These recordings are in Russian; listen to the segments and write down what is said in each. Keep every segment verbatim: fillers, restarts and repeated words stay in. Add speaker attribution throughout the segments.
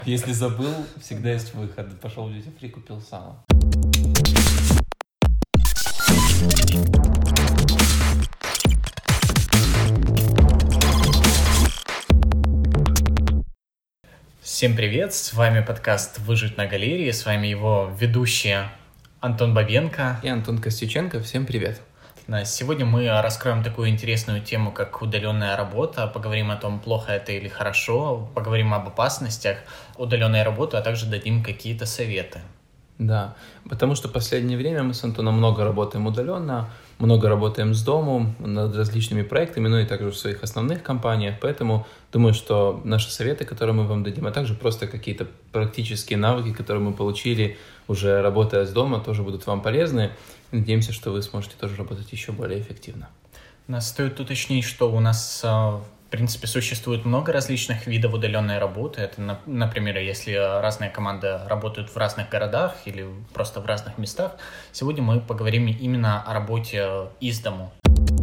Speaker 1: Если забыл, всегда есть выход. Пошел в дьюти-фри, купил сало.
Speaker 2: Всем привет, с вами подкаст «Выжить на галерее», с вами его ведущие Антон Бабенко
Speaker 1: и Антон Костюченко. Всем привет.
Speaker 2: Сегодня мы раскроем такую интересную тему, как удаленная работа, поговорим о том, плохо это или хорошо, поговорим об опасностях удаленной работы, а также дадим какие-то советы.
Speaker 1: Да, потому что в последнее время мы с Антоном много работаем удаленно, много работаем с дому, над различными проектами, ну и также в своих основных компаниях, поэтому думаю, что наши советы, которые мы вам дадим, а также просто какие-то практические навыки, которые мы получили уже работая с дома, тоже будут вам полезны. Надеемся, что вы сможете тоже работать еще более эффективно.
Speaker 2: Нас стоит уточнить, что у нас, в принципе, существует много различных видов удаленной работы. Это, например, если разные команды работают в разных городах или просто в разных местах. Сегодня мы поговорим именно о работе из дому.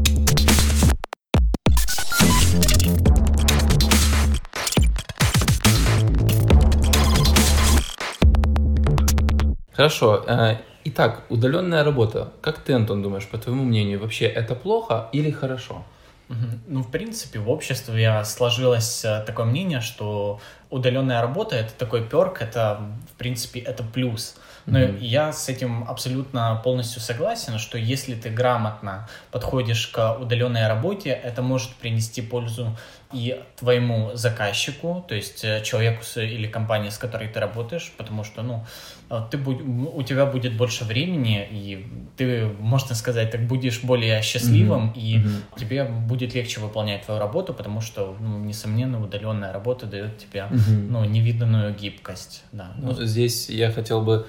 Speaker 1: Хорошо. Итак, удаленная работа. Как ты, Антон, думаешь, по твоему мнению, вообще это плохо или хорошо?
Speaker 2: Ну, в принципе, в обществе сложилось такое мнение, что удаленная работа — это такой перк, это, в принципе, это плюс. Но mm-hmm. я с этим абсолютно полностью согласен, что если ты грамотно подходишь к удаленной работе, это может принести пользу и твоему заказчику, то есть человеку или компании, с которой ты работаешь, потому что, ну, ты, у тебя будет больше времени, и ты, можно сказать, так будешь более счастливым, mm-hmm. и mm-hmm. тебе будет легче выполнять твою работу, потому что, ну, несомненно, удаленная работа дает тебе, mm-hmm. ну, невиданную гибкость. Да.
Speaker 1: Ну, здесь я хотел бы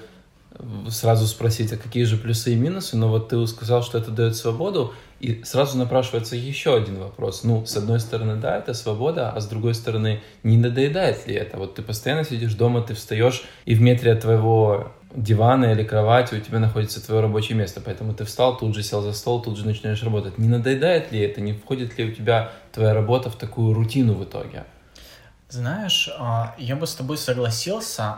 Speaker 1: сразу спросить, а какие же плюсы и минусы, но вот ты сказал, что это дает свободу, и сразу напрашивается еще один вопрос. Ну, с одной стороны, да, это свобода, а с другой стороны, не надоедает ли это? Вот ты постоянно сидишь дома, ты встаешь, и в метре от твоего дивана или кровати у тебя находится твое рабочее место, поэтому ты встал, тут же сел за стол, тут же начинаешь работать. Не надоедает ли это? Не входит ли у тебя твоя работа в такую рутину в итоге?
Speaker 2: Знаешь, я бы с тобой согласился,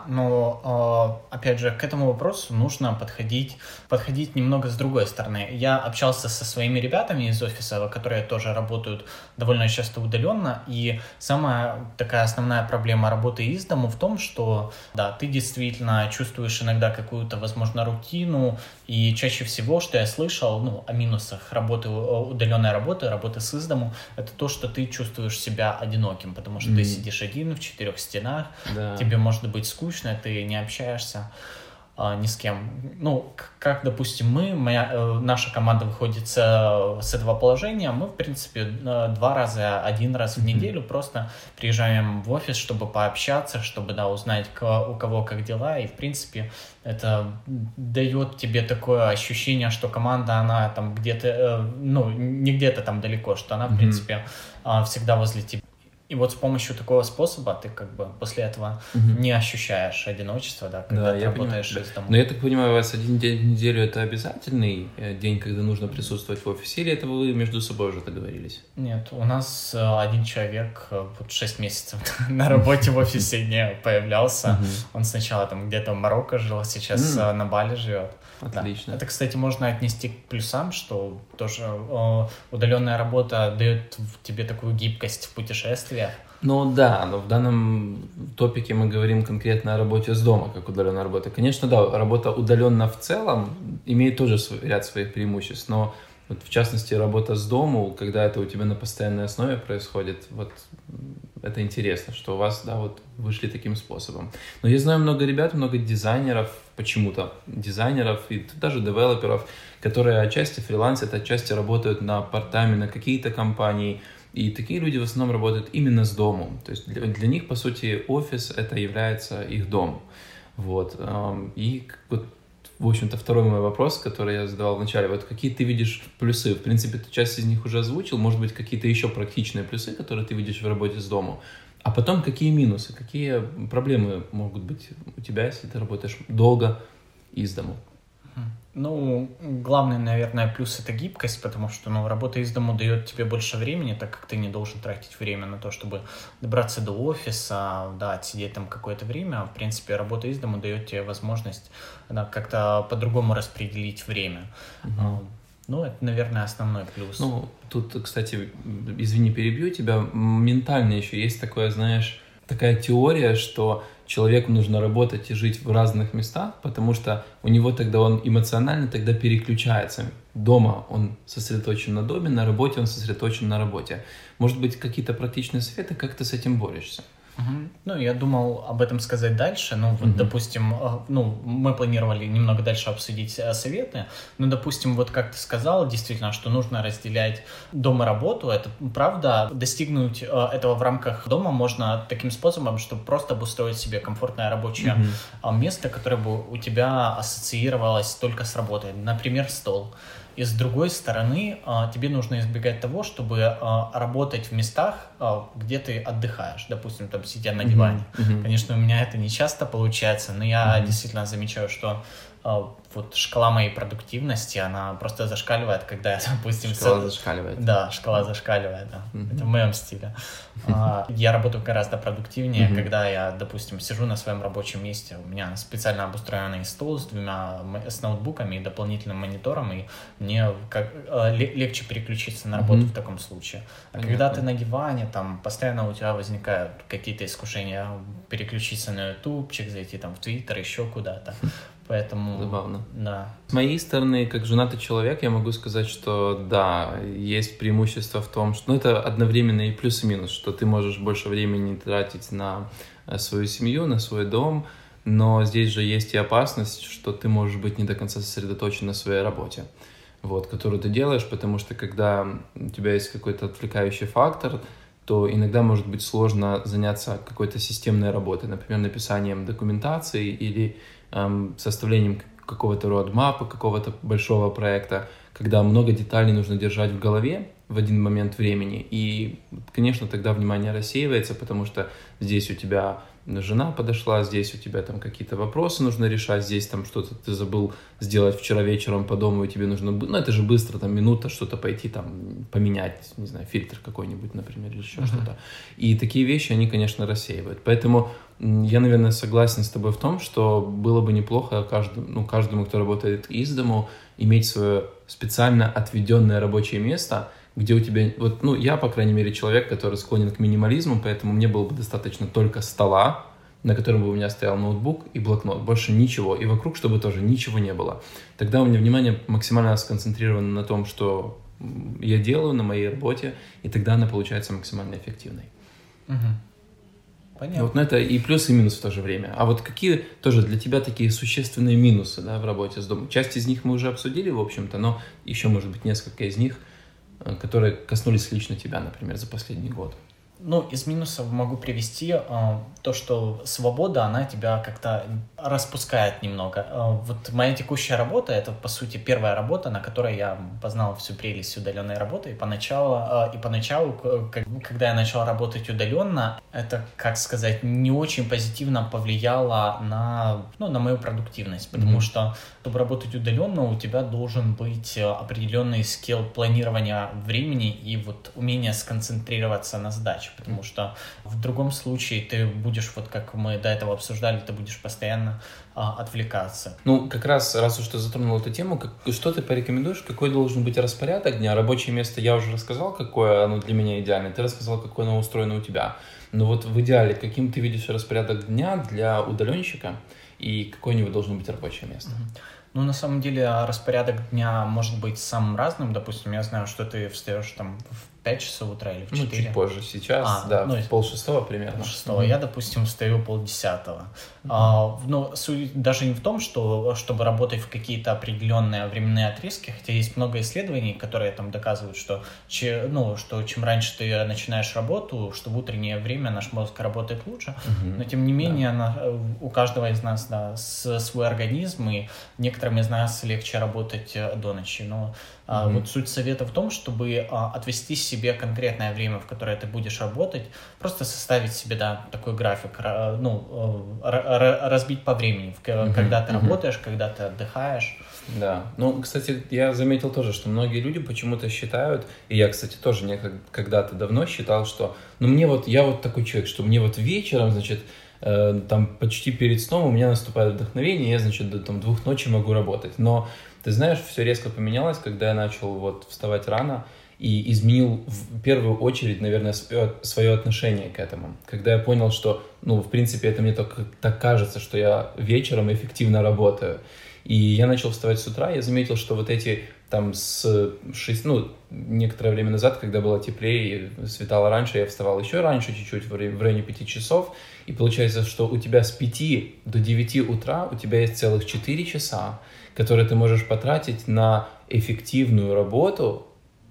Speaker 2: но, опять же, к этому вопросу нужно подходить, подходить немного с другой стороны. Я общался со своими ребятами из офиса, которые тоже работают довольно часто удаленно, и самая такая основная проблема работы из дому в том, что, да, ты действительно чувствуешь иногда какую-то, возможно, рутину, и чаще всего, что я слышал, ну, о минусах работы, удаленной работы, работы с из дому, это то, что ты чувствуешь себя одиноким, потому что mm-hmm. ты сидишь один в четырех стенах, да. Тебе может быть скучно, ты не общаешься а, ни с кем. Ну, как, допустим, мы, моя, э, наша команда выходит с, с этого положения, мы, в принципе, два раза, один раз в неделю mm-hmm. просто приезжаем в офис, чтобы пообщаться, чтобы, да, узнать, у кого как дела, и, в принципе, это дает тебе такое ощущение, что команда, она там где-то, э, ну, не где-то там далеко, что она, в mm-hmm. принципе, э, всегда возле тебя. И вот с помощью такого способа ты как бы после этого угу. не ощущаешь одиночество, да, когда
Speaker 1: да,
Speaker 2: ты
Speaker 1: я
Speaker 2: работаешь
Speaker 1: понимаю,
Speaker 2: из дома.
Speaker 1: Но я так понимаю, у вас один день в неделю это обязательный день, когда нужно присутствовать в офисе, или это вы между собой уже договорились?
Speaker 2: Нет, у нас один человек вот шесть месяцев на работе в офисе не появлялся. Он сначала там где-то в Марокко жил, сейчас на Бали живет.
Speaker 1: Отлично.
Speaker 2: Да. Это, кстати, можно отнести к плюсам, что тоже э, удаленная работа дает тебе такую гибкость в путешествиях.
Speaker 1: Ну да, но в данном топике мы говорим конкретно о работе с дома, как удаленная работа. Конечно, да, работа удаленно в целом имеет тоже свой, ряд своих преимуществ, но вот в частности работа с дому, когда это у тебя на постоянной основе происходит, вот это интересно, что у вас, да, вот вышли таким способом. Но я знаю много ребят, много дизайнеров, почему-то дизайнеров и даже девелоперов, которые отчасти фрилансят, отчасти работают на парт-тайме, на какие-то компании. И такие люди в основном работают именно с дому. То есть для, для них, по сути, офис — это является их домом. Вот. И вот, в общем-то, второй мой вопрос, который я задавал вначале. Вот какие ты видишь плюсы? В принципе, ты часть из них уже озвучил. Может быть, какие-то еще практичные плюсы, которые ты видишь в работе с дому. А потом, какие минусы, какие проблемы могут быть у тебя, если ты работаешь долго из дому?
Speaker 2: Ну, главный, наверное, плюс — это гибкость, потому что, ну, работа из дому дает тебе больше времени, так как ты не должен тратить время на то, чтобы добраться до офиса, да, отсидеть там какое-то время. В принципе, работа из дому дает тебе возможность, да, как-то по-другому распределить время.
Speaker 1: Угу.
Speaker 2: Ну, это, наверное, основной плюс.
Speaker 1: Ну, тут, кстати, извини, перебью тебя, ментально еще есть такое, знаешь, такая теория, что человеку нужно работать и жить в разных местах, потому что у него тогда он эмоционально тогда переключается. Дома он сосредоточен на доме, на работе он сосредоточен на работе. Может быть, какие-то практичные советы, как ты с этим борешься?
Speaker 2: Угу. Ну, я думал об этом сказать дальше. Ну, вот, угу. допустим, ну, мы планировали немного дальше обсудить советы. Ну, допустим, вот как ты сказал, действительно, что нужно разделять дом и работу. Это правда. Достигнуть этого в рамках дома можно таким способом, чтобы просто обустроить себе комфортное рабочее угу. место, которое бы у тебя ассоциировалось только с работой. Например, стол. И с другой стороны, тебе нужно избегать того, чтобы работать в местах, где ты отдыхаешь, допустим, там, сидя на диване. Mm-hmm. Конечно, у меня это не часто получается, но я mm-hmm. действительно замечаю, что вот шкала моей продуктивности, она просто зашкаливает, когда я, допустим...
Speaker 1: Шкала цел... зашкаливает.
Speaker 2: Да, шкала зашкаливает, да. Mm-hmm. Это в моем стиле. Я работаю гораздо продуктивнее, mm-hmm. когда я, допустим, сижу на своем рабочем месте. У меня специально обустроенный стол с двумя с ноутбуками и дополнительным монитором, и мне как, легче переключиться на работу mm-hmm. в таком случае. А Понятно. Когда ты на диване, там постоянно у тебя возникают какие-то искушения переключиться на ютубчик, зайти там в Твиттер, еще куда-то. Поэтому...
Speaker 1: Забавно.
Speaker 2: Да.
Speaker 1: С моей стороны, как женатый человек, я могу сказать, что да, есть преимущество в том, что... Ну, это одновременно и плюс, и минус, что ты можешь больше времени тратить на свою семью, на свой дом, но здесь же есть и опасность, что ты можешь быть не до конца сосредоточен на своей работе, вот, которую ты делаешь, потому что когда у тебя есть какой-то отвлекающий фактор, то иногда может быть сложно заняться какой-то системной работой, например, написанием документации или эм, составлением какого-то роадмапа, какого-то большого проекта, когда много деталей нужно держать в голове в один момент времени. И, конечно, тогда внимание рассеивается, потому что здесь у тебя жена подошла, здесь у тебя там какие-то вопросы нужно решать, здесь там что-то ты забыл сделать вчера вечером по дому, и тебе нужно... Ну, это же быстро, там, минута что-то пойти, там, поменять, не знаю, фильтр какой-нибудь, например, или еще uh-huh. что-то. И такие вещи, они, конечно, рассеивают. Поэтому я, наверное, согласен с тобой в том, что было бы неплохо каждому, ну, каждому, кто работает из дому, иметь свое специально отведенное рабочее место, где у тебя, вот, ну, я, по крайней мере, человек, который склонен к минимализму, поэтому мне было бы достаточно только стола, на котором бы у меня стоял ноутбук и блокнот, больше ничего, и вокруг, чтобы тоже ничего не было. Тогда у меня внимание максимально сконцентрировано на том, что я делаю на моей работе, и тогда она получается максимально эффективной.
Speaker 2: Угу. Понятно.
Speaker 1: Вот на это и плюс, и минус в то же время. А вот какие тоже для тебя такие существенные минусы, да, в работе с домом? Часть из них мы уже обсудили, в общем-то, но еще, может быть, несколько из них, которые коснулись лично тебя, например, за последний год.
Speaker 2: Ну, из минусов могу привести э, то, что свобода, она тебя как-то распускает немного. Э, вот моя текущая работа, это, по сути, первая работа, на которой я познал всю прелесть удаленной работы. И поначалу, э, и поначалу как, когда я начал работать удаленно, это, как сказать, не очень позитивно повлияло на, ну, на мою продуктивность, потому mm-hmm. что, чтобы работать удаленно, у тебя должен быть определенный скилл планирования времени и вот умение сконцентрироваться на задаче. Потому что в другом случае ты будешь, вот как мы до этого обсуждали, ты будешь постоянно а, отвлекаться.
Speaker 1: Ну, как раз, раз уж ты затронул эту тему, как, что ты порекомендуешь, какой должен быть распорядок дня? Рабочее место я уже рассказал, какое оно для меня идеальное, ты рассказал, какое оно устроено у тебя. Но вот в идеале, каким ты видишь распорядок дня для удаленщика и какое у него должно быть рабочее место?
Speaker 2: Mm-hmm. Ну, на самом деле, распорядок дня может быть самым разным. Допустим, я знаю, что ты встаешь там в пять часов утра или в четыре.
Speaker 1: Ну, чуть позже. Сейчас, а, да, ну, в полшестого примерно.
Speaker 2: Полшестого. Mm-hmm. Я, допустим, встаю полдесятого. Mm-hmm. А, но суть даже не в том, что чтобы работать в какие-то определенные временные отрезки, хотя есть много исследований, которые там доказывают, что, че, ну, что чем раньше ты начинаешь работу, что в утреннее время время, наш мозг работает лучше, uh-huh. но тем не менее да. на, у каждого из нас да, с, свой организм, и некоторым из нас легче работать до ночи. Но uh-huh. вот суть совета в том, чтобы отвести себе конкретное время, в которое ты будешь работать, просто составить себе да, такой график, ну, разбить по времени, uh-huh. когда ты uh-huh. работаешь, когда ты отдыхаешь.
Speaker 1: Да, ну, кстати, я заметил тоже, что многие люди почему-то считают, и я, кстати, тоже некогда, когда-то давно считал, что, ну, мне вот, я вот такой человек, что мне вот вечером, значит, э, там, почти перед сном у меня наступает вдохновение, и я, значит, до там, двух ночи могу работать, но, ты знаешь, все резко поменялось, когда я начал вот вставать рано и изменил в первую очередь, наверное, свое, свое отношение к этому, когда я понял, что, ну, в принципе, это мне только так кажется, что я вечером эффективно работаю. И я начал вставать с утра, я заметил, что вот эти там с шести, ну, некоторое время назад, когда было теплее и светало раньше, я вставал еще раньше чуть-чуть, в районе пяти часов, и получается, что у тебя с пяти до девяти утра у тебя есть целых четыре часа, которые ты можешь потратить на эффективную работу,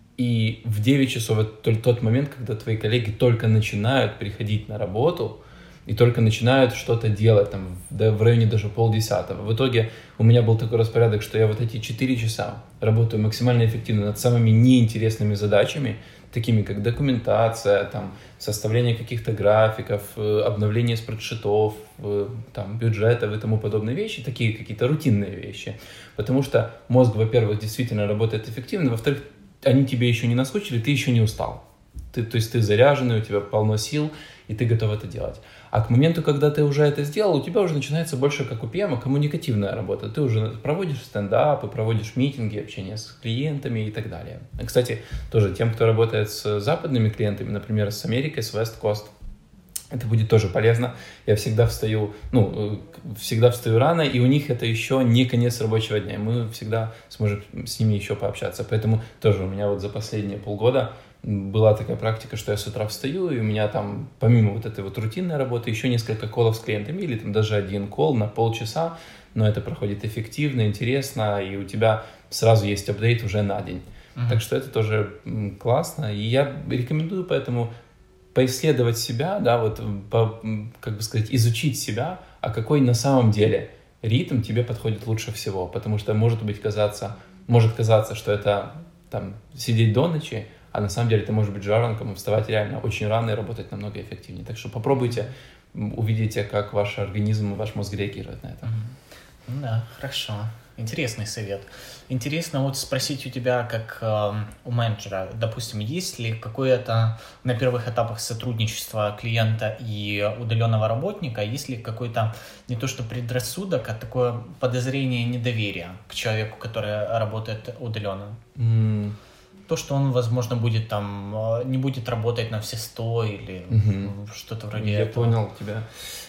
Speaker 1: и в девять часов это тот момент, когда твои коллеги только начинают приходить на работу, и только начинают что-то делать, там, да, в районе даже полдесятого. В итоге у меня был такой распорядок, что я вот эти четыре часа работаю максимально эффективно над самыми неинтересными задачами, такими как документация, там, составление каких-то графиков, обновление спредшитов, там, бюджетов и тому подобные вещи, такие какие-то рутинные вещи. Потому что мозг, во-первых, действительно работает эффективно, во-вторых, они тебе еще не наскучили, ты еще не устал. Ты, то есть ты заряженный, у тебя полно сил, и ты готов это делать. А к моменту, когда ты уже это сделал, у тебя уже начинается больше, как у пи эм, коммуникативная работа. Ты уже проводишь стендапы, проводишь митинги, общение с клиентами и так далее. И, кстати, тоже тем, кто работает с западными клиентами, например, с Америкой, с West Coast, это будет тоже полезно. Я всегда встаю, ну, всегда встаю рано, и у них это еще не конец рабочего дня. Мы всегда сможем с ними еще пообщаться. Поэтому тоже у меня вот за последние полгода была такая практика, что я с утра встаю, и у меня там, помимо вот этой вот рутинной работы, еще несколько коллов с клиентами, или там даже один колл на полчаса, но это проходит эффективно, интересно, и у тебя сразу есть апдейт уже на день. Uh-huh. Так что это тоже классно, и я рекомендую поэтому поисследовать себя, да, вот, по, как бы сказать, изучить себя, а какой на самом деле ритм тебе подходит лучше всего, потому что может быть казаться, может казаться, что это там сидеть до ночи, а на самом деле ты можешь быть жаворонком и вставать реально очень рано и работать намного эффективнее. Так что попробуйте, увидите, как ваш организм, ваш мозг реагирует на это.
Speaker 2: Mm-hmm. Да, хорошо. Интересный совет. Интересно вот спросить у тебя, как э, у менеджера, допустим, есть ли какое-то на первых этапах сотрудничества клиента и удаленного работника, есть ли какой-то не то что предрассудок, а такое подозрение недоверия к человеку, который работает удаленно?
Speaker 1: Mm.
Speaker 2: То, что он, возможно, будет там, не будет работать на все сто или угу. что-то вроде
Speaker 1: Я
Speaker 2: этого.
Speaker 1: Я понял тебя.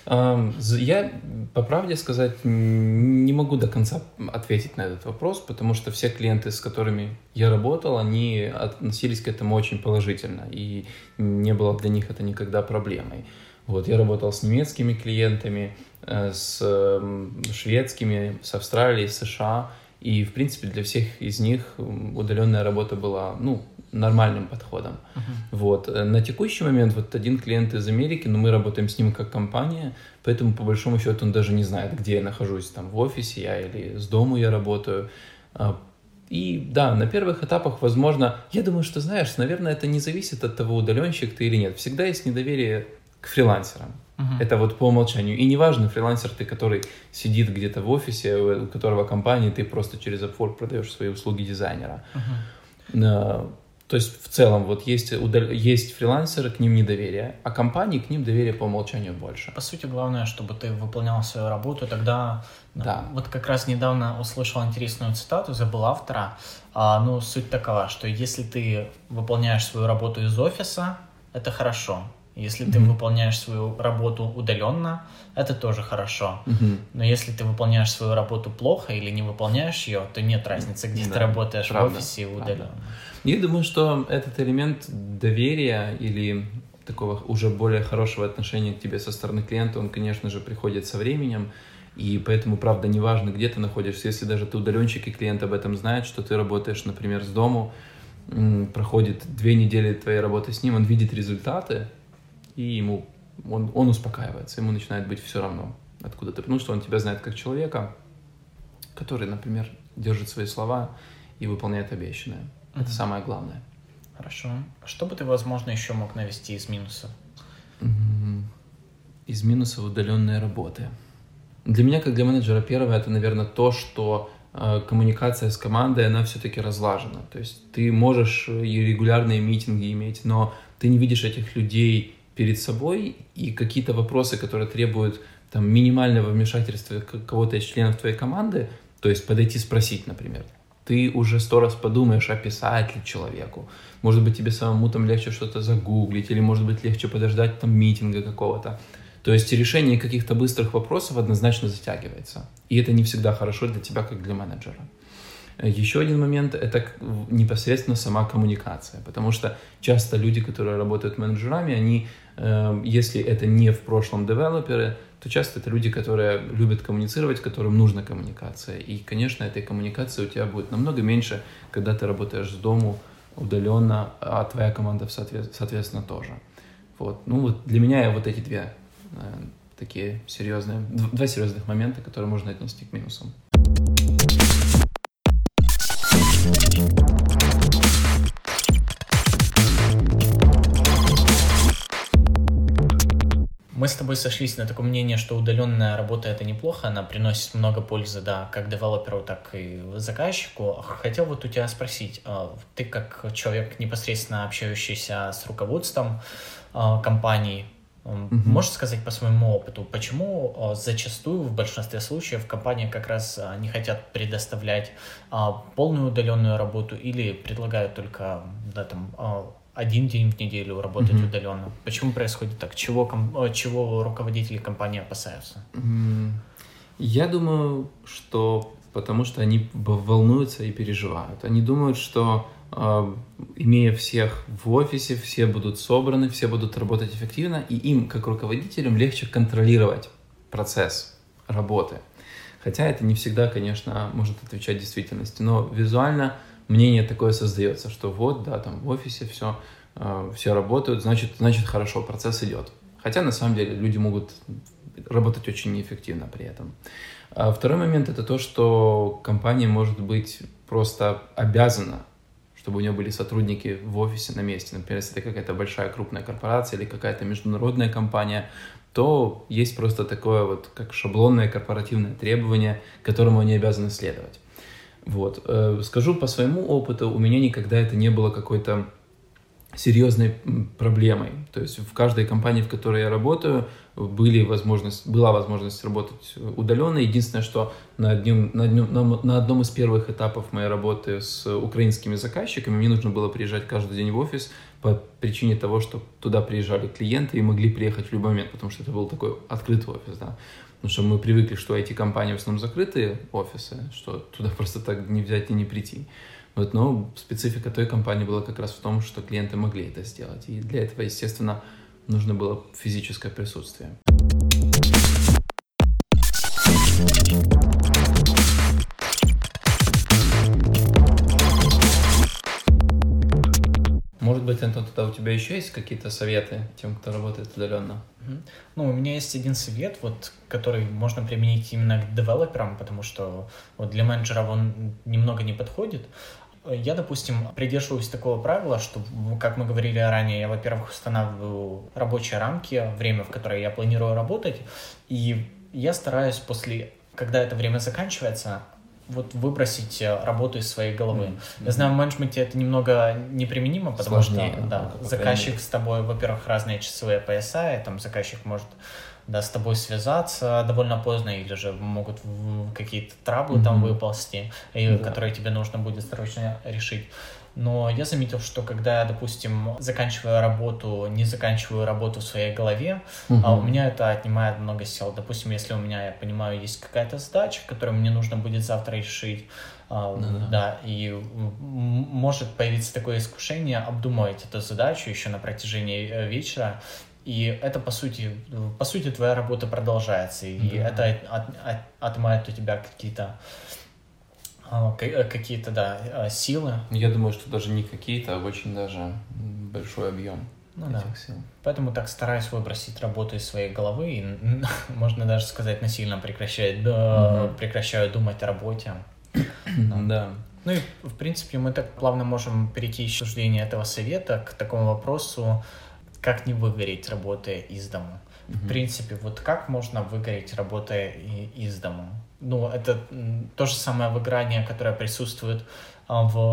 Speaker 1: Я, по правде сказать, не могу до конца ответить на этот вопрос, потому что все клиенты, с которыми я работал, они относились к этому очень положительно, и не было для них это никогда проблемой. Вот, я работал с немецкими клиентами, с шведскими, с Австралией, с США. И, в принципе, для всех из них удаленная работа была, ну, нормальным подходом. Uh-huh. Вот. На текущий момент вот один клиент из Америки, но мы работаем с ним как компания, поэтому, по большому счету, он даже не знает, где я нахожусь, там, в офисе я или с дому я работаю. И, да, на первых этапах, возможно, я думаю, что, знаешь, наверное, это не зависит от того, удаленщик ты или нет. Всегда есть недоверие к фрилансерам. Uh-huh. Это вот по умолчанию. И неважно, фрилансер ты, который сидит где-то в офисе, у которого компании, ты просто через Upwork продаешь свои услуги дизайнера. Uh-huh. То есть в целом вот есть, удал... есть фрилансеры, к ним недоверие, а компании к ним доверие по умолчанию больше.
Speaker 2: По сути, главное, чтобы ты выполнял свою работу, тогда...
Speaker 1: Да.
Speaker 2: Вот как раз недавно услышал интересную цитату, забыл автора, а, ну, суть такова, что если ты выполняешь свою работу из офиса, это хорошо. Если ты mm-hmm. выполняешь свою работу удаленно, это тоже хорошо. Mm-hmm. Но если ты выполняешь свою работу плохо или не выполняешь ее, то нет разницы, где да, ты работаешь, правда, в офисе и удаленно. Правда.
Speaker 1: Я думаю, что этот элемент доверия или такого уже более хорошего отношения к тебе со стороны клиента, он, конечно же, приходит со временем. И поэтому, правда, неважно, где ты находишься, если даже ты удаленщик, и клиент об этом знает, что ты работаешь, например, с дому, проходит две недели твоей работы с ним, он видит результаты, и ему он, он успокаивается, ему начинает быть все равно, откуда ты, потому что он тебя знает как человека, который, например, держит свои слова и выполняет обещанное. Mm-hmm. Это самое главное.
Speaker 2: Хорошо. Что бы ты, возможно, еще мог навести из минусов?
Speaker 1: Mm-hmm. Из минусов удаленной работы. Для меня, как для менеджера, первое, это, наверное, то, что э, коммуникация с командой, она все-таки разлажена. То есть ты можешь и регулярные митинги иметь, но ты не видишь этих людей перед собой, и какие-то вопросы, которые требуют там, минимального вмешательства кого-то из членов твоей команды, то есть подойти спросить, например, ты уже сто раз подумаешь, описать ли человеку. Может быть, тебе самому там легче что-то загуглить, или, может быть, легче подождать там митинга какого-то. То есть решение каких-то быстрых вопросов однозначно затягивается. И это не всегда хорошо для тебя, как для менеджера. Еще один момент – это непосредственно сама коммуникация. Потому что часто люди, которые работают менеджерами, они, если это не в прошлом девелоперы, то часто это люди, которые любят коммуницировать, которым нужна коммуникация. И, конечно, этой коммуникации у тебя будет намного меньше, когда ты работаешь с дому удаленно, а твоя команда, соответственно, тоже. Вот. Ну вот для меня вот эти две такие серьезные, два серьезных момента, которые можно отнести к минусам.
Speaker 2: Мы с тобой сошлись на таком мнении, что удаленная работа — это неплохо, она приносит много пользы, да, как девелоперу, так и заказчику. Хотел вот у тебя спросить, ты как человек, непосредственно общающийся с руководством компании, Mm-hmm. можешь сказать по своему опыту, почему зачастую в большинстве случаев компании как раз не хотят предоставлять полную удаленную работу или предлагают только, да, там, один день в неделю работать mm-hmm. удаленно? Почему происходит так? Чего, чего руководители компании опасаются?
Speaker 1: Mm-hmm. Я думаю, что потому что они волнуются и переживают. Они думают, что имея всех в офисе, все будут собраны, все будут работать эффективно, и им, как руководителям, легче контролировать процесс работы. Хотя это не всегда, конечно, может отвечать действительности, но визуально мнение такое создается, что вот, да, там в офисе все, все работают, значит, значит хорошо, процесс идет. Хотя на самом деле люди могут работать очень неэффективно при этом. А второй момент — это то, что компания может быть просто обязана, чтобы у нее были сотрудники в офисе на месте. Например, если это какая-то большая крупная корпорация или какая-то международная компания, то есть просто такое вот как шаблонное корпоративное требование, которому они обязаны следовать. Вот. Скажу по своему опыту, у меня никогда это не было какой-то серьезной проблемой. То есть в каждой компании, в которой я работаю, были возможность, была возможность работать удаленно. Единственное, что на, одним, на, одним, на одном из первых этапов моей работы с украинскими заказчиками мне нужно было приезжать каждый день в офис по причине того, что туда приезжали клиенты и могли приехать в любой момент, потому что это был такой открытый офис, да. Потому что мы привыкли, что ай ти-компании в основном закрытые офисы, что туда просто так не взять и не прийти. Вот, но специфика той компании была как раз в том, что клиенты могли это сделать. И для этого, естественно, нужно было физическое присутствие. Может быть, Антон, тогда у тебя еще есть какие-то советы тем, кто работает удаленно?
Speaker 2: Mm-hmm. Ну, у меня есть один совет, вот, который можно применить именно к девелоперам, потому что вот для менеджеров он немного не подходит. Я, допустим, придерживаюсь такого правила, что, как мы говорили ранее, я, во-первых, устанавливаю рабочие рамки, время, в которое я планирую работать, и я стараюсь после, когда это время заканчивается, вот выбросить работу из своей головы. Mm-hmm. Я знаю, в менеджменте это немного неприменимо, потому Сложнее, что да, заказчик с тобой, во-первых, разные часовые пояса, и там заказчик может, да, с тобой связаться довольно поздно, или же могут какие-то траблы mm-hmm. там выползти, и, да. которые тебе нужно будет срочно решить. Но я заметил, что когда я, допустим, заканчиваю работу, не заканчиваю работу в своей голове, uh-huh. а у меня это отнимает много сил. Допустим, если у меня, я понимаю, есть какая-то задача, которую мне нужно будет завтра решить, uh-huh. да, и м- может появиться такое искушение обдумывать эту задачу еще на протяжении вечера, и это, по сути, по сути, твоя работа продолжается, и uh-huh. это от, от, отнимает у тебя какие-то Какие-то, да, силы.
Speaker 1: Я думаю, что даже не какие-то, а очень даже большой объем.
Speaker 2: Ну
Speaker 1: этих
Speaker 2: да.
Speaker 1: сил.
Speaker 2: Поэтому так стараюсь выбросить работу из своей головы и, можно даже сказать, насильно прекращаю,
Speaker 1: Мгм.
Speaker 2: прекращаю думать о работе.
Speaker 1: Да.
Speaker 2: Ну и, в принципе, мы так плавно можем перейти из обсуждения этого совета к такому вопросу, как не выгореть, работая из дому. В
Speaker 1: Мгм.
Speaker 2: принципе, вот как можно выгореть, работая и- из дому? Ну, это м, то же самое выгорание, которое присутствует а, в,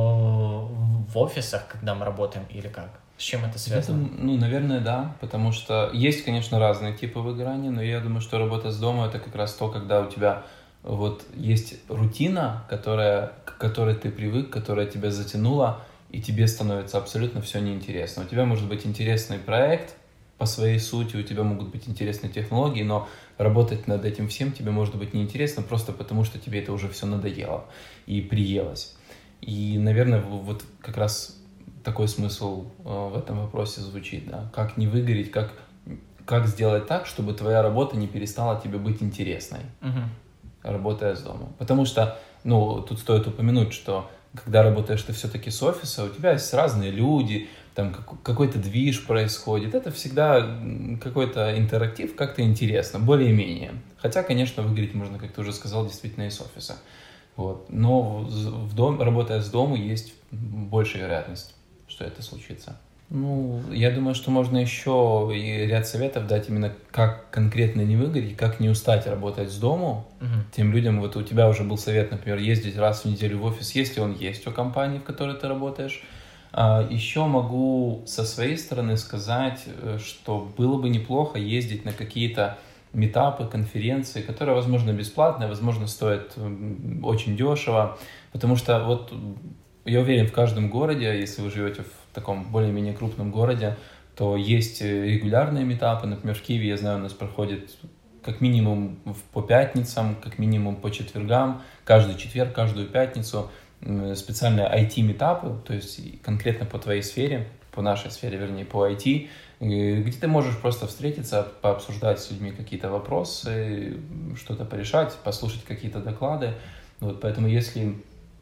Speaker 2: в офисах, когда мы работаем, или как? С чем это
Speaker 1: Это,
Speaker 2: связано?
Speaker 1: ну, наверное, да, потому что есть, конечно, разные типы выгорания, но я думаю, что работа с дома — это как раз то, когда у тебя вот есть рутина, которая, к которой ты привык, которая тебя затянула, и тебе становится абсолютно все неинтересно. У тебя может быть интересный проект по своей сути, у тебя могут быть интересные технологии, но работать над этим всем тебе может быть неинтересно просто потому, что тебе это уже все надоело и приелось. И, наверное, в- вот как раз такой смысл э, в этом вопросе звучит, да. Как не выгореть, как, как сделать так, чтобы твоя работа не перестала тебе быть интересной,
Speaker 2: Мгм.
Speaker 1: работая с дома. Потому что, ну, тут стоит упомянуть, что когда работаешь ты все-таки с офиса, у тебя есть разные люди, там как- какой-то движ происходит. Это всегда м, какой-то интерактив, как-то интересно, более-менее. Хотя, конечно, выгореть можно, как ты уже сказал, действительно из офиса. Вот. Но в в дом, работая с дома, есть большая вероятность, что это случится. Ну, я думаю, что можно еще и ряд советов дать именно, как конкретно не выгореть, как не устать работать с дому.
Speaker 2: Мгм.
Speaker 1: Тем людям, вот у тебя уже был совет, например, ездить раз в неделю в офис, если он есть у компании, в которой ты работаешь. А, еще могу со своей стороны сказать, э, что было бы неплохо ездить на какие-то митапы, конференции, которые, возможно, бесплатные, возможно, стоят м, очень дешево, потому что вот м, я уверен, в каждом городе, если вы живете в таком более-менее крупном городе, то есть э, регулярные митапы. Например, в Киеве, я знаю, у нас проходит как минимум в- по пятницам, как минимум по четвергам, каждый четверг, каждую пятницу м, специальные ай ти-митапы, то есть и конкретно по твоей сфере, по нашей сфере, вернее, по ай ти, э, где ты можешь просто встретиться, пообсуждать с людьми какие-то вопросы, что-то порешать, послушать какие-то доклады. Вот, поэтому если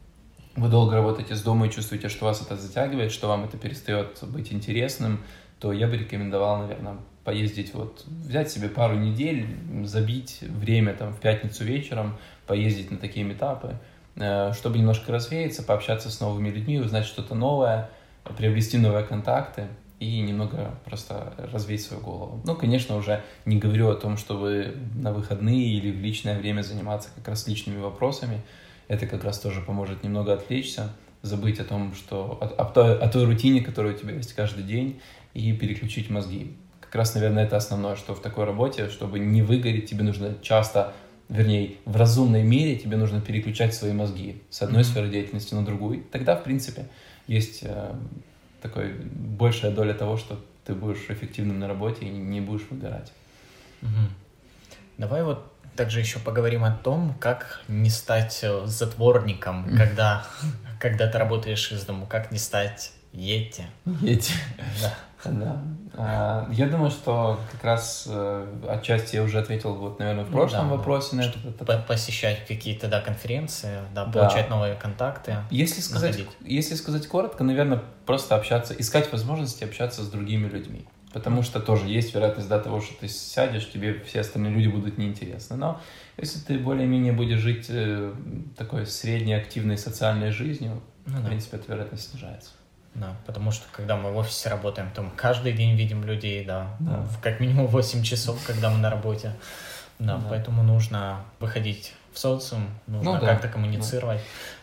Speaker 1: вы долго работаете с дома и чувствуете, что вас это затягивает, что вам это перестает быть интересным, то я бы рекомендовал, наверное, поездить, вот, взять себе пару недель, забить время там в пятницу вечером, поездить на такие митапы, э, чтобы немножко развеяться, пообщаться с новыми людьми, узнать что-то новое, приобрести новые контакты и немного просто развеять свою голову. Ну, конечно, уже не говорю о том, чтобы на выходные или в личное время заниматься как раз личными вопросами. Это как раз тоже поможет немного отвлечься, забыть о том, что о, о той, о той рутине, которая у тебя есть каждый день, и переключить мозги. Как раз, наверное, это основное, что в такой работе, чтобы не выгореть, тебе нужно часто, вернее, в разумной мере тебе нужно переключать свои мозги с одной
Speaker 2: Мгм.
Speaker 1: сферы деятельности на другую. Тогда, в принципе, есть э, такой большая доля того, что ты будешь эффективным на работе и не будешь выгорать.
Speaker 2: Мгм. Давай вот также еще поговорим о том, как не стать э, затворником, когда, когда ты работаешь из дому, как не стать йети.
Speaker 1: Эти.
Speaker 2: Да.
Speaker 1: Да. А, Я думаю, что как раз э, отчасти я уже ответил, вот, наверное, в
Speaker 2: Ну
Speaker 1: прошлом
Speaker 2: да,
Speaker 1: вопросе на
Speaker 2: Чтобы
Speaker 1: этот.
Speaker 2: по- посещать какие-то, да, конференции, да,
Speaker 1: Да.
Speaker 2: получать новые контакты.
Speaker 1: Если сказать,
Speaker 2: находить.
Speaker 1: если сказать коротко, наверное, просто общаться, искать возможности общаться с другими людьми. Потому что тоже есть вероятность, да, того, что ты сядешь, тебе все остальные люди будут неинтересны. Но если ты более-менее будешь жить э, такой средней активной социальной жизнью,
Speaker 2: Ну
Speaker 1: в
Speaker 2: да.
Speaker 1: принципе, эта вероятность снижается.
Speaker 2: Да, потому что когда мы в офисе работаем, то мы каждый день видим людей, да,
Speaker 1: Да.
Speaker 2: в как минимум восемь часов, когда мы на работе. Да,
Speaker 1: Да.
Speaker 2: поэтому нужно выходить в социум, нужно
Speaker 1: Ну да,
Speaker 2: как-то коммуницировать.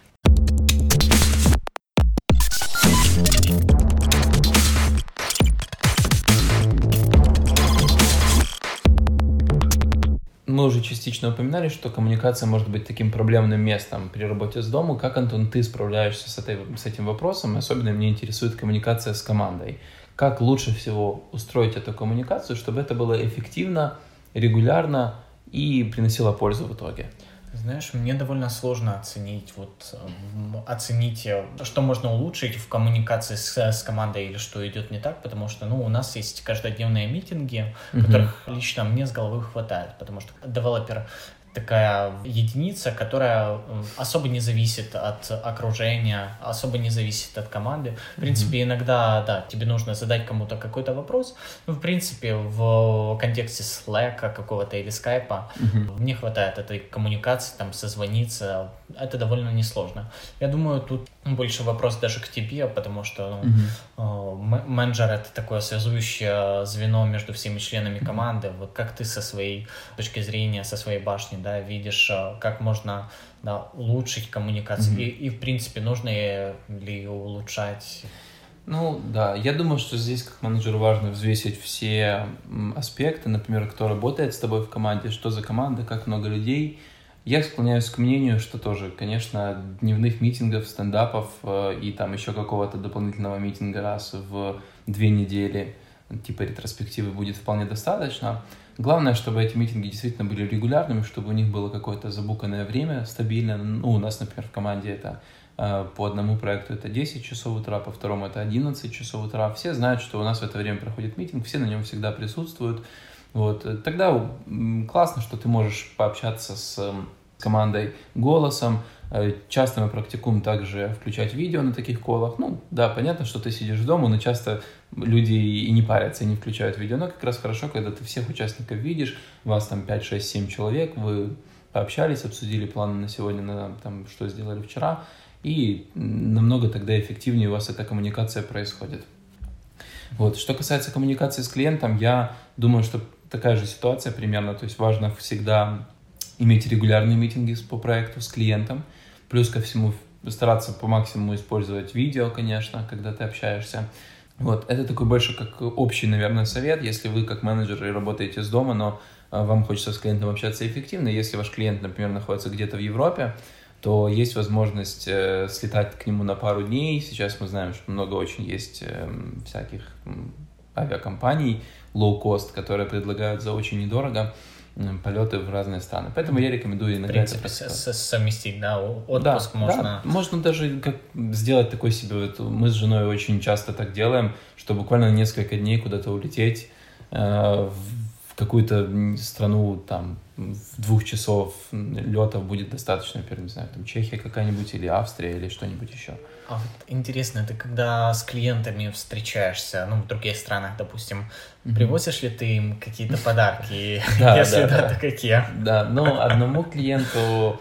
Speaker 1: Мы уже частично упоминали, что коммуникация может быть таким проблемным местом при работе с дома. Как, Антон, ты справляешься с, этой, с этим вопросом? Особенно меня интересует коммуникация с командой. Как лучше всего устроить эту коммуникацию, чтобы это было эффективно, регулярно и приносило пользу в итоге?
Speaker 2: Знаешь, мне довольно сложно оценить, вот, м, оценить, э, что можно улучшить в коммуникации с, с командой или что идет не так, потому что, ну, у нас есть каждодневные митинги,
Speaker 1: Мгм.
Speaker 2: которых лично мне с головы хватает, потому что девелопер такая единица, которая особо не зависит от окружения, особо не зависит от команды. В принципе, mm-hmm. иногда, да, тебе нужно задать кому-то какой-то вопрос. Ну, в принципе, в контексте Slack какого-то или Skype mm-hmm. мне хватает этой коммуникации, там, созвониться. Это довольно несложно. Я думаю, тут больше вопрос даже к тебе, потому что ну, mm-hmm. менеджер — это такое связующее звено между всеми членами команды. Вот как ты со своей точки зрения, со своей башни, да, видишь, как можно да, улучшить коммуникацию, mm-hmm. и, и, в принципе, нужно ли улучшать?
Speaker 1: Ну, да, я думаю, что здесь как менеджеру важно взвесить все аспекты, например, кто работает с тобой в команде, что за команда, как много людей. Я склоняюсь к мнению, что тоже, конечно, дневных митингов, стендапов э, и там еще какого-то дополнительного митинга раз в две недели, типа ретроспективы, будет вполне достаточно. Главное, чтобы эти митинги действительно были регулярными, чтобы у них было какое-то забуканное время стабильно. Ну, у нас, например, в команде это э, по одному проекту это десять часов утра, по второму это одиннадцать часов утра. Все знают, что у нас в это время проходит митинг, все на нем всегда присутствуют. Вот. Тогда классно, что ты можешь пообщаться с командой голосом. Часто мы практикуем также включать видео на таких колах. Ну, да, понятно, что ты сидишь дома, но часто люди и не парятся, и не включают видео. Но как раз хорошо, когда ты всех участников видишь, вас там пять, шесть, семь человек, вы пообщались, обсудили планы на сегодня, на там, что сделали вчера, и намного тогда эффективнее у вас эта коммуникация происходит. Вот. Что касается коммуникации с клиентом, я думаю, что такая же ситуация примерно, то есть важно всегда иметь регулярные митинги по проекту с клиентом, плюс ко всему стараться по максимуму использовать видео, конечно, когда ты общаешься. Вот, это такой больше как общий, наверное, совет, если вы как менеджеры работаете с дома, но вам хочется с клиентом общаться эффективно, если ваш клиент, например, находится где-то в Европе, то есть возможность э, слетать к нему на пару дней. Сейчас мы знаем, что много очень есть э, всяких э, авиакомпаний low-cost, которые предлагают за очень недорого полеты в разные страны. Поэтому я рекомендую иногда...
Speaker 2: В принципе, это совместить, да, отпуск
Speaker 1: да,
Speaker 2: можно...
Speaker 1: Да, можно даже как сделать такой себе... Вот мы с женой очень часто так делаем, что буквально на несколько дней куда-то улететь э, в какую-то страну, там, в двух часов летов будет достаточно, например, не знаю, там, Чехия какая-нибудь или Австрия или что-нибудь еще.
Speaker 2: А вот интересно, ты когда с клиентами встречаешься, ну, в других странах, допустим, mm-hmm. привозишь ли ты им какие-то подарки? Если да, то какие?
Speaker 1: Да, ну, одному клиенту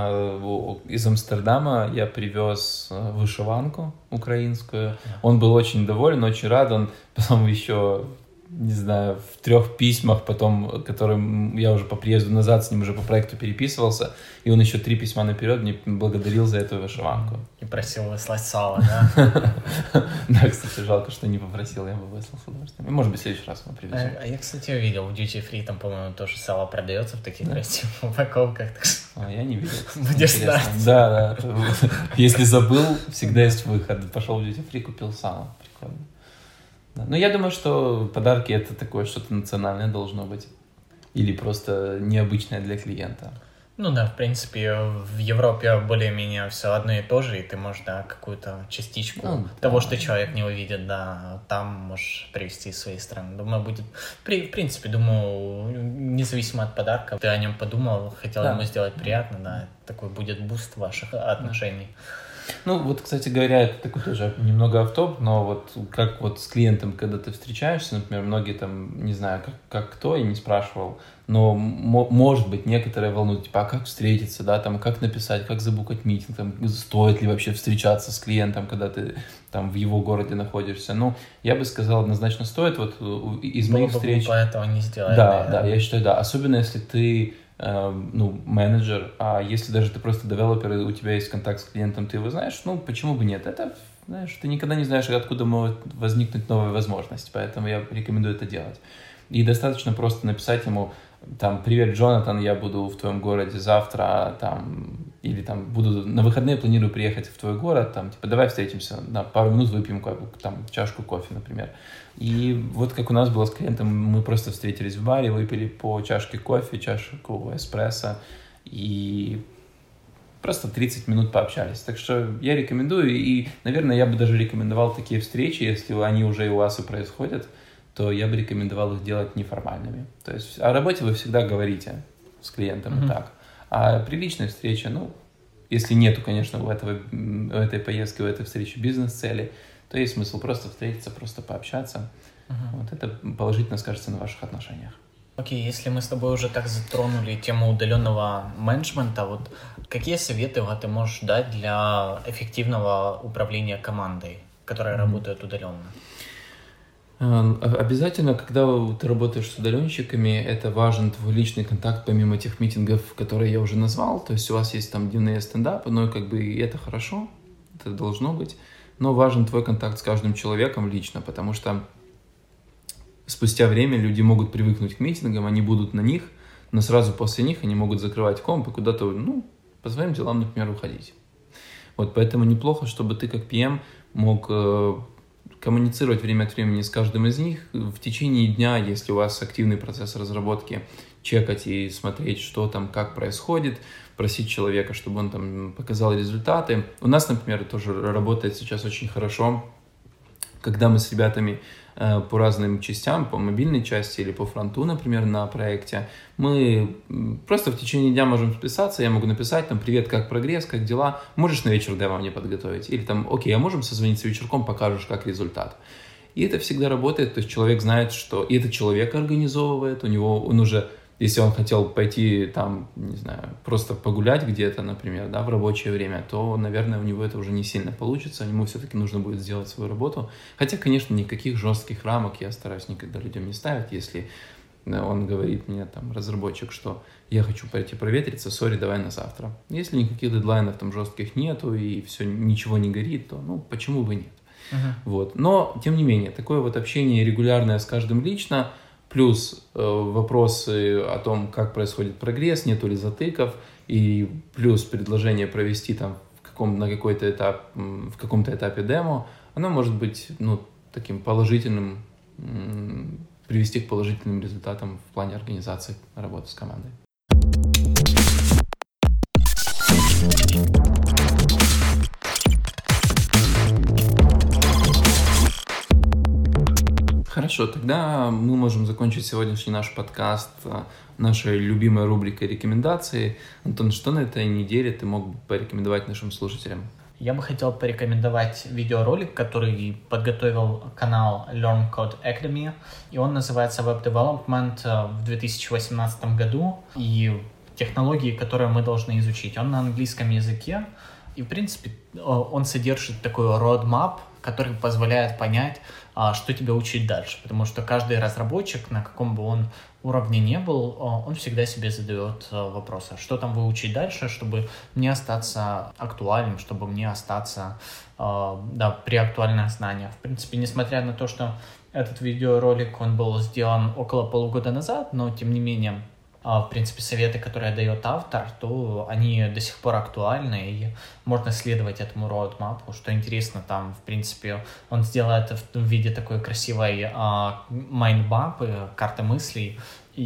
Speaker 1: из Амстердама я привез вышиванку украинскую. Он был очень доволен, очень рад. Он потом еще... не знаю, в трех письмах, потом, которым я уже по приезду назад с ним уже по проекту переписывался, и он еще три письма наперед мне благодарил за эту вышиванку.
Speaker 2: И просил выслать сало, да?
Speaker 1: Да, кстати, жалко, что не попросил, я бы выслал с удовольствием. Может быть, в следующий раз мы привезем.
Speaker 2: А я, кстати, видел в Duty Free, там, по-моему, тоже сало продается в таких красивых упаковках.
Speaker 1: А, я не видел.
Speaker 2: Будешь знать.
Speaker 1: Да, да. Если забыл, всегда есть выход. Пошел в Duty Free, купил сало. Прикольно. Да. Но я думаю, что подарки это такое что-то национальное должно быть. Или просто необычное для клиента.
Speaker 2: Ну да, в принципе, в Европе более-менее все одно и то же, и ты можешь, да, какую-то частичку ну, того, да. что человек не увидит, да, там можешь привезти из своей страны. Думаю, будет... При, в принципе, думаю, независимо от подарка, ты о нем подумал, хотел да. ему сделать приятно, да, такой будет буст ваших отношений.
Speaker 1: Ну, вот, кстати говоря, это такой тоже немного автоп, но вот как вот с клиентом, когда ты встречаешься, например, многие там, не знаю, как, как кто, я не спрашивал, но, м- может быть, некоторые волнуют, типа, а как встретиться, да, там, как написать, как забукать митинг, там, стоит ли вообще встречаться с клиентом, когда ты там в его городе находишься. Ну, я бы сказал, однозначно стоит, вот из
Speaker 2: Было
Speaker 1: моих
Speaker 2: бы
Speaker 1: встреч...
Speaker 2: Было этого не сделать.
Speaker 1: Да, да, я считаю, да, особенно если ты... ну, менеджер, а если даже ты просто девелопер, и у тебя есть контакт с клиентом, ты его знаешь, ну, почему бы нет? Это, знаешь, ты никогда не знаешь, откуда может возникнуть новая возможность, поэтому я рекомендую это делать. И достаточно просто написать ему, там, привет, Джонатан, я буду в твоем городе завтра, там, или там, буду на выходные, планирую приехать в твой город, там, типа, давай встретимся, на пару минут выпьем там, чашку кофе, например. И вот как у нас было с клиентом, мы просто встретились в баре, выпили по чашке кофе, чашку эспрессо и просто тридцать минут пообщались. Так что я рекомендую, и, наверное, я бы даже рекомендовал такие встречи, если они уже у вас и происходят, то я бы рекомендовал их делать неформальными. То есть о работе вы всегда говорите с клиентом mm-hmm. и так. А при личной встрече, ну, если нету, конечно, у, этого, у этой поездки, у этой встречи бизнес-цели, то есть смысл просто встретиться, просто пообщаться. Uh-huh. Вот это положительно скажется на ваших отношениях.
Speaker 2: Окей, okay, если мы с тобой уже так затронули тему удаленного менеджмента, вот какие советы вот, ты можешь дать для эффективного управления командой, которая mm-hmm. работает удаленно?
Speaker 1: Обязательно, когда ты работаешь с удаленщиками, это важен твой личный контакт, помимо тех митингов, которые я уже назвал. То есть у вас есть там дневные стендапы, но как бы и это хорошо, это должно быть. Но важен твой контакт с каждым человеком лично, потому что спустя время люди могут привыкнуть к митингам, они будут на них, но сразу после них они могут закрывать комп и куда-то, ну, по своим делам, например, уходить. Вот поэтому неплохо, чтобы ты как пи эм мог э, коммуницировать время от времени с каждым из них в течение дня, если у вас активный процесс разработки, чекать и смотреть, что там, как происходит, просить человека, чтобы он там показал результаты. У нас, например, тоже работает сейчас очень хорошо, когда мы с ребятами э, по разным частям, по мобильной части или по фронту, например, на проекте, мы просто в течение дня можем списаться, я могу написать там: привет, как прогресс, как дела, можешь на вечер дева мне подготовить? Или там: окей, а можем созвониться вечерком, покажешь, как результат. И это всегда работает, то есть человек знает, что... И это человек организовывает, у него, он уже... Если он хотел пойти там, не знаю, просто погулять где-то, например, да, в рабочее время, то, наверное, у него это уже не сильно получится, ему все-таки нужно будет сделать свою работу. Хотя, конечно, никаких жестких рамок я стараюсь никогда людям не ставить. Если он говорит мне, там, разработчик, что я хочу пойти проветриться, сори, давай на завтра. Если никаких дедлайнов там жестких нету и все, ничего не горит, то, ну, почему бы нет? Uh-huh. Вот. Но, тем не менее, такое вот общение регулярное с каждым лично, плюс э, вопросы о том, как происходит прогресс, нету ли затыков, и плюс предложение провести там в каком, на какой-то этап, в каком-то этапе демо, оно может быть, ну, таким положительным, м- привести к положительным результатам в плане организации работы с командой. Хорошо, тогда мы можем закончить сегодняшний наш подкаст нашей любимой рубрикой рекомендации. Антон, что на этой неделе ты мог бы порекомендовать нашим слушателям?
Speaker 2: Я бы хотел порекомендовать видеоролик, который подготовил канал Learn Code Academy, и он называется Web Development в две тысячи восемнадцатом году и технологии, которые мы должны изучить. Он на английском языке, и, в принципе, он содержит такой roadmap, который позволяет понять, что тебе учить дальше, потому что каждый разработчик, на каком бы он уровне не был, он всегда себе задает вопросы, что там выучить дальше, чтобы мне остаться актуальным, чтобы мне остаться да, при актуальных знаниях. В принципе, несмотря на то, что этот видеоролик, он был сделан около полугода назад, но тем не менее, в принципе, советы, которые дает автор, то они до сих пор актуальны, и можно следовать этому роудмапу. Что интересно, там, в принципе, он сделает это в виде такой красивой майндмапы, карты мыслей,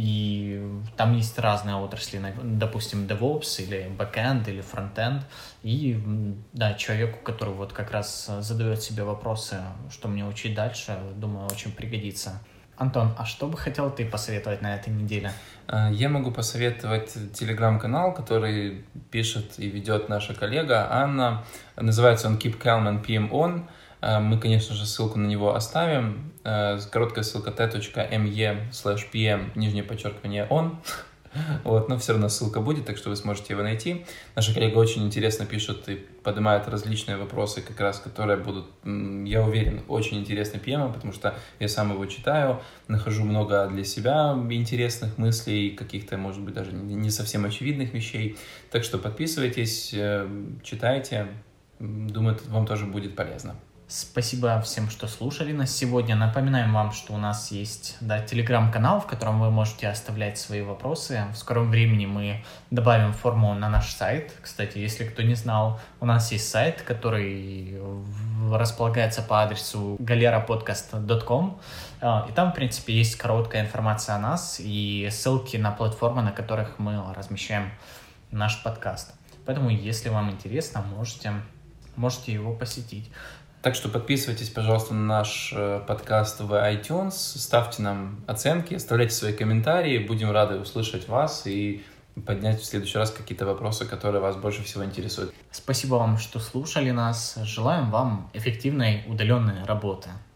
Speaker 2: и там есть разные отрасли, допустим, DevOps или Backend или Frontend, и да, человеку, который вот как раз задает себе вопросы, что мне учить дальше, думаю, очень пригодится. Антон, а что бы хотел ты посоветовать на этой неделе?
Speaker 1: Я могу посоветовать телеграм-канал, который пишет и ведет наша коллега Анна. Называется он Keep Calm and пи эм On. Мы, конечно же, ссылку на него оставим. Короткая ссылка t.me slash pm, нижнее подчеркивание on. Вот, но все равно ссылка будет, так что вы сможете его найти. Наша коллега очень интересно пишет и поднимает различные вопросы, как раз, которые будут, я уверен, очень интересны пи эм, потому что я сам его читаю, нахожу много для себя интересных мыслей, каких-то, может быть, даже не совсем очевидных вещей. Так что подписывайтесь, читайте, думаю, вам тоже будет полезно.
Speaker 2: Спасибо всем, что слушали нас сегодня. Напоминаем вам, что у нас есть да, телеграм-канал, в котором вы можете оставлять свои вопросы. В скором времени мы добавим форму на наш сайт. Кстати, если кто не знал, у нас есть сайт, который располагается по адресу галера подкаст точка ком. И там, в принципе, есть короткая информация о нас и ссылки на платформы, на которых мы размещаем наш подкаст. Поэтому, если вам интересно, можете, можете его посетить.
Speaker 1: Так что подписывайтесь, пожалуйста, на наш подкаст в iTunes, ставьте нам оценки, оставляйте свои комментарии, будем рады услышать вас и поднять в следующий раз какие-то вопросы, которые вас больше всего интересуют.
Speaker 2: Спасибо вам, что слушали нас. Желаем вам эффективной удаленной работы.